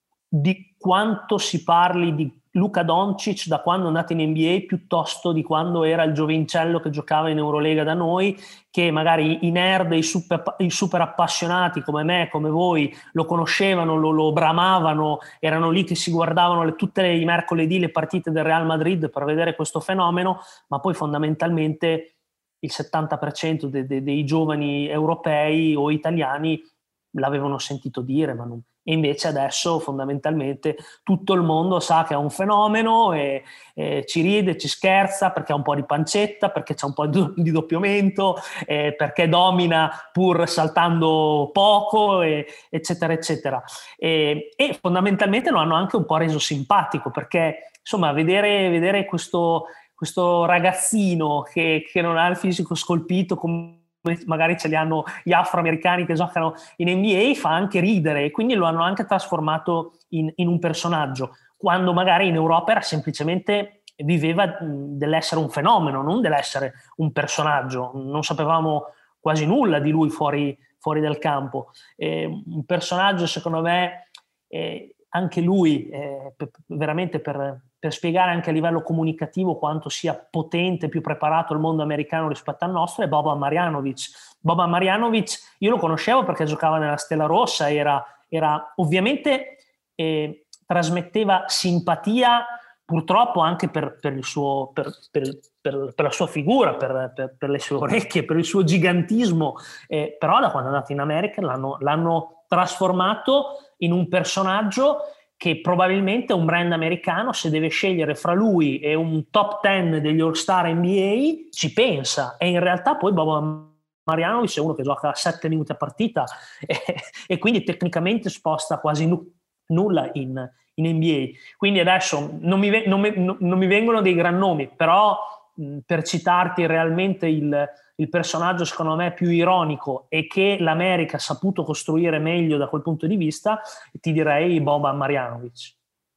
di quanto si parli di Luka Doncic da quando è andato in N B A piuttosto di quando era il giovincello che giocava in Eurolega da noi, che magari i nerd, i super, i super appassionati come me, come voi, lo conoscevano, lo, lo bramavano, erano lì che si guardavano le, tutte le, i mercoledì le partite del Real Madrid per vedere questo fenomeno, ma poi fondamentalmente il settanta per cento de, de, dei giovani europei o italiani l'avevano sentito dire, ma non... E invece adesso fondamentalmente tutto il mondo sa che è un fenomeno e, e ci ride, ci scherza perché ha un po' di pancetta, perché c'è un po' di, di doppiamento, eh, perché domina pur saltando poco, e, eccetera eccetera. E, e fondamentalmente lo hanno anche un po' reso simpatico, perché insomma vedere, vedere questo, questo ragazzino che, che non ha il fisico scolpito come magari ce li hanno gli afroamericani che giocano in N B A, fa anche ridere, e quindi lo hanno anche trasformato in, in un personaggio, quando magari in Europa era semplicemente, viveva dell'essere un fenomeno, non dell'essere un personaggio. Non sapevamo quasi nulla di lui fuori, fuori dal campo. Eh, un personaggio, secondo me, eh, anche lui eh, per, veramente per, per spiegare anche a livello comunicativo quanto sia potente, più preparato il mondo americano rispetto al nostro, è Boban Marjanovic. Boban Marjanovic io lo conoscevo perché giocava nella Stella Rossa, era, era ovviamente eh, trasmetteva simpatia, purtroppo anche per, per, il suo, per, per, per, per la sua figura, per, per, per le sue orecchie, per il suo gigantismo, eh, però da quando è andato in America l'hanno, l'hanno trasformato in un personaggio che probabilmente un brand americano, se deve scegliere fra lui e un top dieci degli All-Star N B A, ci pensa. E in realtà poi Boban Marjanovic è uno che gioca sette minuti a partita e, e quindi tecnicamente sposta quasi nu- nulla in, in N B A. Quindi adesso non mi, non, mi, non mi vengono dei gran nomi, però mh, per citarti realmente il, il personaggio secondo me più ironico e che l'America ha saputo costruire meglio da quel punto di vista, ti direi Boban Marjanovic.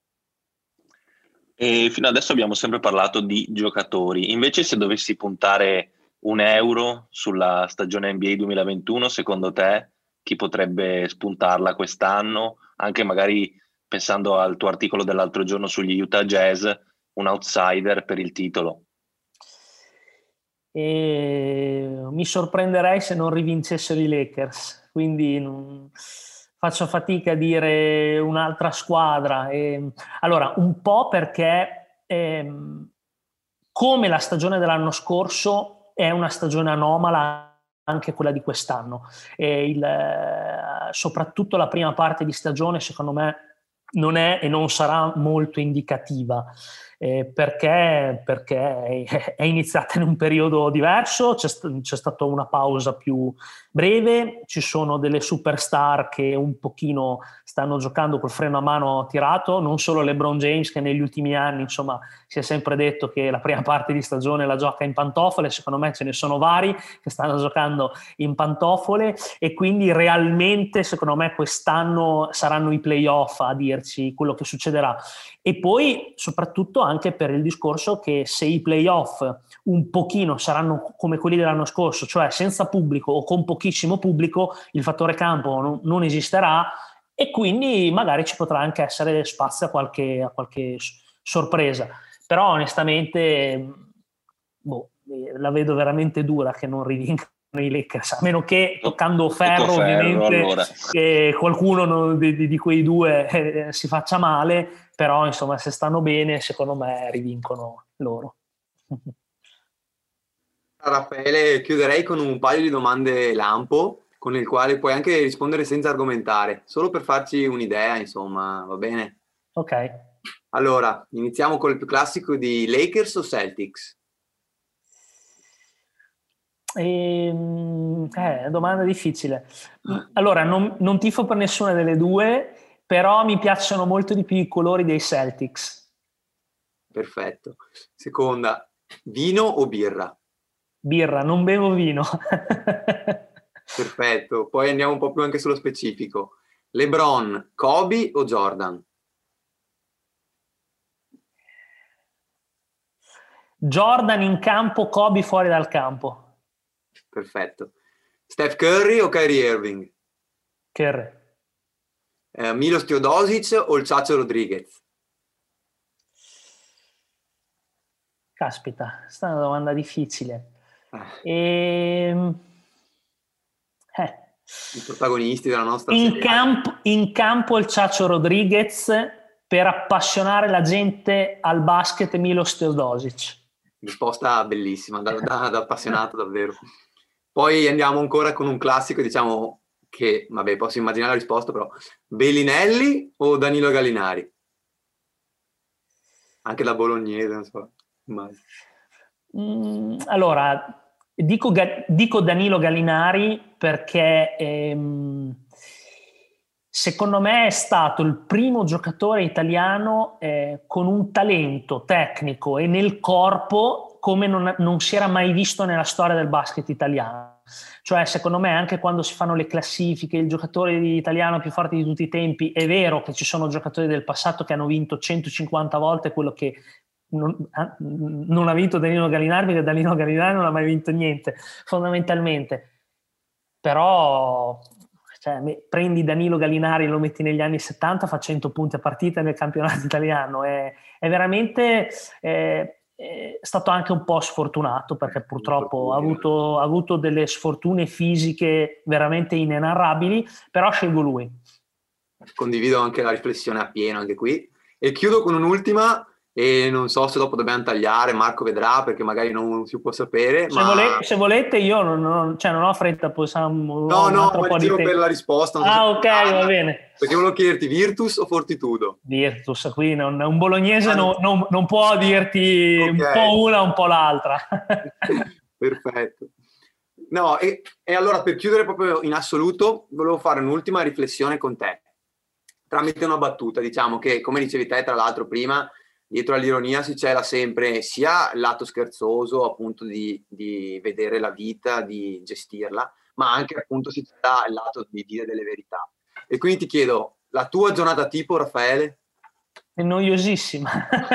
E fino adesso abbiamo sempre parlato di giocatori, invece se dovessi puntare un euro sulla stagione N B A duemilaventuno, secondo te chi potrebbe spuntarla quest'anno, anche magari pensando al tuo articolo dell'altro giorno sugli Utah Jazz, un outsider per il titolo? E mi sorprenderei se non rivincessero i Lakers, quindi non, faccio fatica a dire un'altra squadra. E, allora, un po' perché ehm, come la stagione dell'anno scorso è una stagione anomala anche quella di quest'anno, e il, soprattutto la prima parte di stagione secondo me non è e non sarà molto indicativa. Eh, perché, perché è iniziata in un periodo diverso, c'è, st- c'è stata una pausa più breve, ci sono delle superstar che un pochino stanno giocando col freno a mano tirato, non solo LeBron James, che negli ultimi anni insomma si è sempre detto che la prima parte di stagione la gioca in pantofole, secondo me ce ne sono vari che stanno giocando in pantofole, e quindi realmente secondo me quest'anno saranno i playoff a dirci quello che succederà. E poi soprattutto anche per il discorso che se i playoff un pochino saranno come quelli dell'anno scorso, cioè senza pubblico o con pochissimo pubblico, il fattore campo non, non esisterà, e quindi magari ci potrà anche essere spazio a qualche, a qualche sorpresa. Però onestamente boh, la vedo veramente dura che non rivincano i Lakers, a meno che toccando ferro, ferro ovviamente allora. Che qualcuno non, di, di quei due eh, si faccia male, però insomma se stanno bene secondo me rivincono loro. Raffaele, chiuderei con un paio di domande lampo, con il quale puoi anche rispondere senza argomentare, solo per farci un'idea, insomma, va bene? Ok. Allora, iniziamo con il più classico di Lakers o Celtics? Ehm, eh, domanda difficile. Allora, non, non tifo per nessuna delle due, però mi piacciono molto di più i colori dei Celtics. Perfetto. Seconda, vino o birra? Birra, non bevo vino. Perfetto. Poi andiamo un po' più anche sullo specifico. LeBron, Kobe o Jordan? Jordan in campo, Kobe fuori dal campo. Perfetto. Steph Curry o Kyrie Irving? Curry. Eh, Milos Teodosic o il Chacho Rodriguez? Caspita, questa è una domanda difficile. Eh. E... Eh. I protagonisti della nostra in serie. campo, in campo il Chacho Rodriguez per appassionare la gente al basket, Milos Teodosic. Risposta bellissima, da, da, da appassionato davvero. Poi andiamo ancora con un classico, diciamo che, vabbè, posso immaginare la risposta, però Bellinelli o Danilo Gallinari? Anche da bolognese, non so. Mm, allora, dico, dico Danilo Gallinari perché ehm, secondo me è stato il primo giocatore italiano eh, con un talento tecnico e nel corpo come non, non si era mai visto nella storia del basket italiano. Cioè, secondo me, anche quando si fanno le classifiche, il giocatore italiano più forte di tutti i tempi, è vero che ci sono giocatori del passato che hanno vinto centocinquanta volte quello che non, non ha vinto Danilo Gallinari, perché Danilo Gallinari non ha mai vinto niente, fondamentalmente. Però... Cioè, prendi Danilo Gallinari e lo metti negli anni settanta, fa cento punti a partita nel campionato italiano. È, è veramente è, è stato anche un po' sfortunato, perché purtroppo ha avuto, ha avuto delle sfortune fisiche veramente inenarrabili, però scelgo lui. Condivido anche la riflessione appieno anche qui. E chiudo con un'ultima, e non so se dopo dobbiamo tagliare, Marco vedrà perché magari non si può sapere. Se, ma... volete, se volete io non, non, cioè non ho fretta, possiamo... No, no, ma giro per la risposta. Ah, so ok, va bene. Perché volevo chiederti Virtus o Fortitudo? Virtus, qui non, un bolognese ah, non, non, non può dirti okay. Un po' una, un po' l'altra. Perfetto. No, e, e allora per chiudere proprio in assoluto, volevo fare un'ultima riflessione con te. Tramite una battuta, diciamo che, come dicevi te tra l'altro prima, dietro all'ironia si cela sempre sia il lato scherzoso appunto di, di vedere la vita, di gestirla, ma anche appunto si cela il lato di dire delle verità. E quindi ti chiedo, la tua giornata tipo, Raffaele? È noiosissima.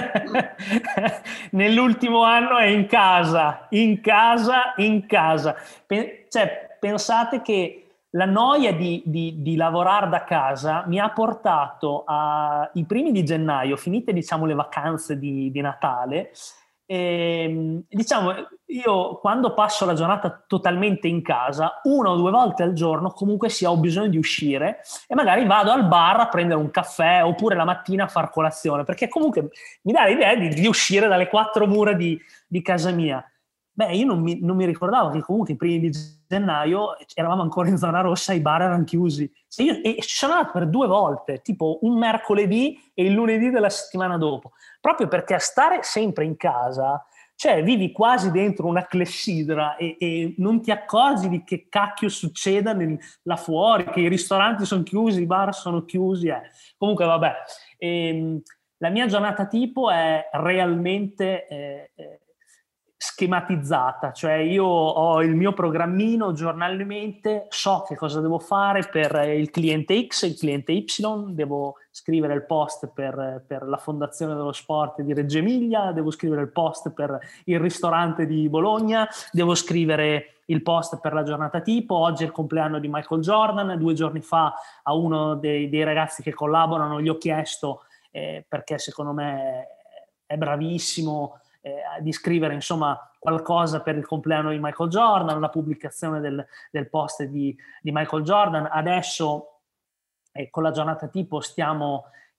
Nell'ultimo anno è in casa, in casa, in casa. Pen- cioè, pensate che la noia di, di, di lavorare da casa mi ha portato ai primi di gennaio, finite diciamo le vacanze di, di Natale, e, diciamo io quando passo la giornata totalmente in casa, una o due volte al giorno comunque sia ho bisogno di uscire e magari vado al bar a prendere un caffè oppure la mattina a far colazione, perché comunque mi dà l'idea di, di uscire dalle quattro mura di, di casa mia. Beh, io non mi, non mi ricordavo che comunque i primi di gennaio eravamo ancora in zona rossa, i bar erano chiusi. E, io, e ci sono andato per due volte, tipo un mercoledì e il lunedì della settimana dopo, proprio perché a stare sempre in casa, cioè vivi quasi dentro una clessidra e, e non ti accorgi di che cacchio succeda nel, là fuori, che i ristoranti sono chiusi, i bar sono chiusi. Eh. Comunque vabbè, ehm, la mia giornata tipo è realmente... Eh, eh, schematizzata, cioè io ho il mio programmino giornalmente, so che cosa devo fare per il cliente X e il cliente Y, devo scrivere il post per, per la Fondazione dello Sport di Reggio Emilia, devo scrivere il post per il ristorante di Bologna, devo scrivere il post per la giornata tipo. Oggi è il compleanno di Michael Jordan, due giorni fa a uno dei, dei ragazzi che collaborano gli ho chiesto, eh, perché secondo me è bravissimo, Eh, di scrivere insomma qualcosa per il compleanno di Michael Jordan, la pubblicazione del, del post di, di Michael Jordan. Adesso eh, con la giornata tipo stiamo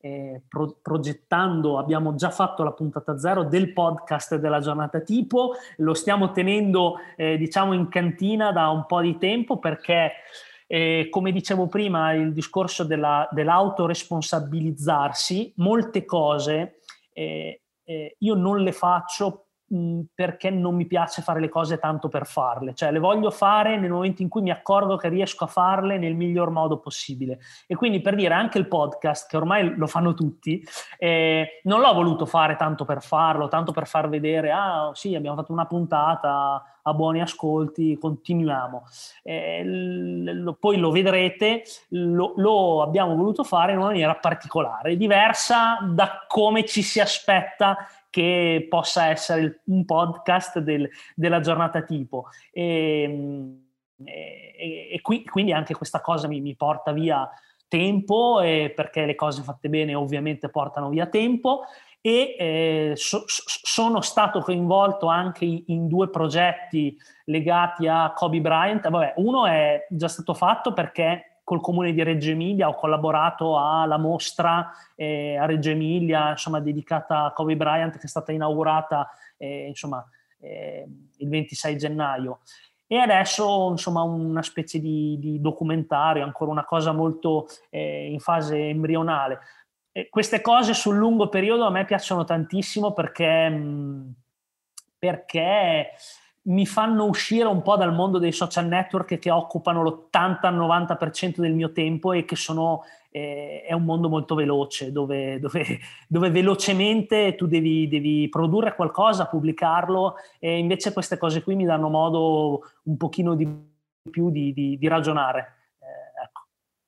eh, pro- progettando, abbiamo già fatto la puntata zero del podcast della giornata tipo, lo stiamo tenendo eh, diciamo in cantina da un po' di tempo perché eh, come dicevo prima, il discorso della, dell'autoresponsabilizzarsi, molte cose eh, eh, io non le faccio perché non mi piace fare le cose tanto per farle, cioè le voglio fare nel momento in cui mi accorgo che riesco a farle nel miglior modo possibile. E quindi, per dire, anche il podcast, che ormai lo fanno tutti, eh, non l'ho voluto fare tanto per farlo, tanto per far vedere, ah sì, abbiamo fatto una puntata, a buoni ascolti, continuiamo. Eh, l- poi lo vedrete, lo, lo abbiamo voluto fare in una maniera particolare, diversa da come ci si aspetta che possa essere un podcast del, della giornata tipo. E, e, e qui, quindi anche questa cosa mi, mi porta via tempo, e perché le cose fatte bene ovviamente portano via tempo, e eh, so, sono stato coinvolto anche in, in due progetti legati a Kobe Bryant. Vabbè, uno è già stato fatto perché col comune di Reggio Emilia ho collaborato alla mostra eh, a Reggio Emilia, insomma, dedicata a Kobe Bryant, che è stata inaugurata eh, insomma, eh, il ventisei gennaio. E adesso, insomma, una specie di, di documentario, ancora una cosa molto eh, in fase embrionale. E queste cose sul lungo periodo a me piacciono tantissimo perché, mh, perché mi fanno uscire un po' dal mondo dei social network che occupano l'ottanta novanta per cento del mio tempo e che sono eh, è un mondo molto veloce, dove, dove, dove velocemente tu devi, devi produrre qualcosa, pubblicarlo, e invece queste cose qui mi danno modo un pochino di più di, di, di ragionare. Eh, ecco.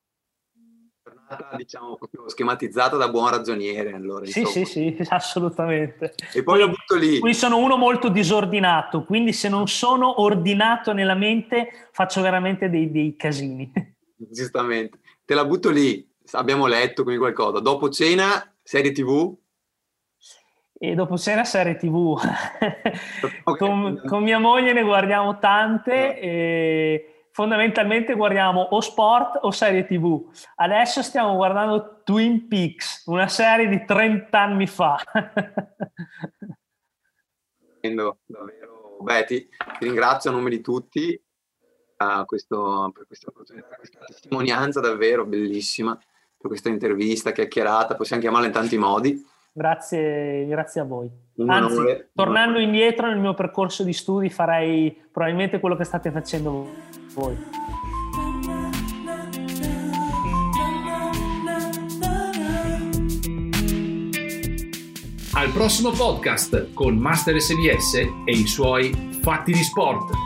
Diciamo proprio schematizzata da buon ragioniere, allora, sì, sì, sì, assolutamente. E poi lo butto lì. Qui sono uno molto disordinato, quindi se non sono ordinato nella mente faccio veramente dei, dei casini. Giustamente. Te la butto lì, abbiamo letto quindi qualcosa. Dopo cena, serie tivù? E dopo cena serie tivù. con, con mia moglie ne guardiamo tante e fondamentalmente guardiamo o sport o serie tivù. Adesso stiamo guardando Twin Peaks, una serie di trenta anni fa. Davvero. Beh, ti, ti ringrazio a nome di tutti uh, questo, per questa, questa testimonianza davvero bellissima, per questa intervista chiacchierata, possiamo chiamarla in tanti modi. Grazie, grazie a voi. Un Anzi, onore. tornando indietro nel mio percorso di studi farei probabilmente quello che state facendo voi. Al prossimo podcast con Master S B S e i suoi fatti di sport.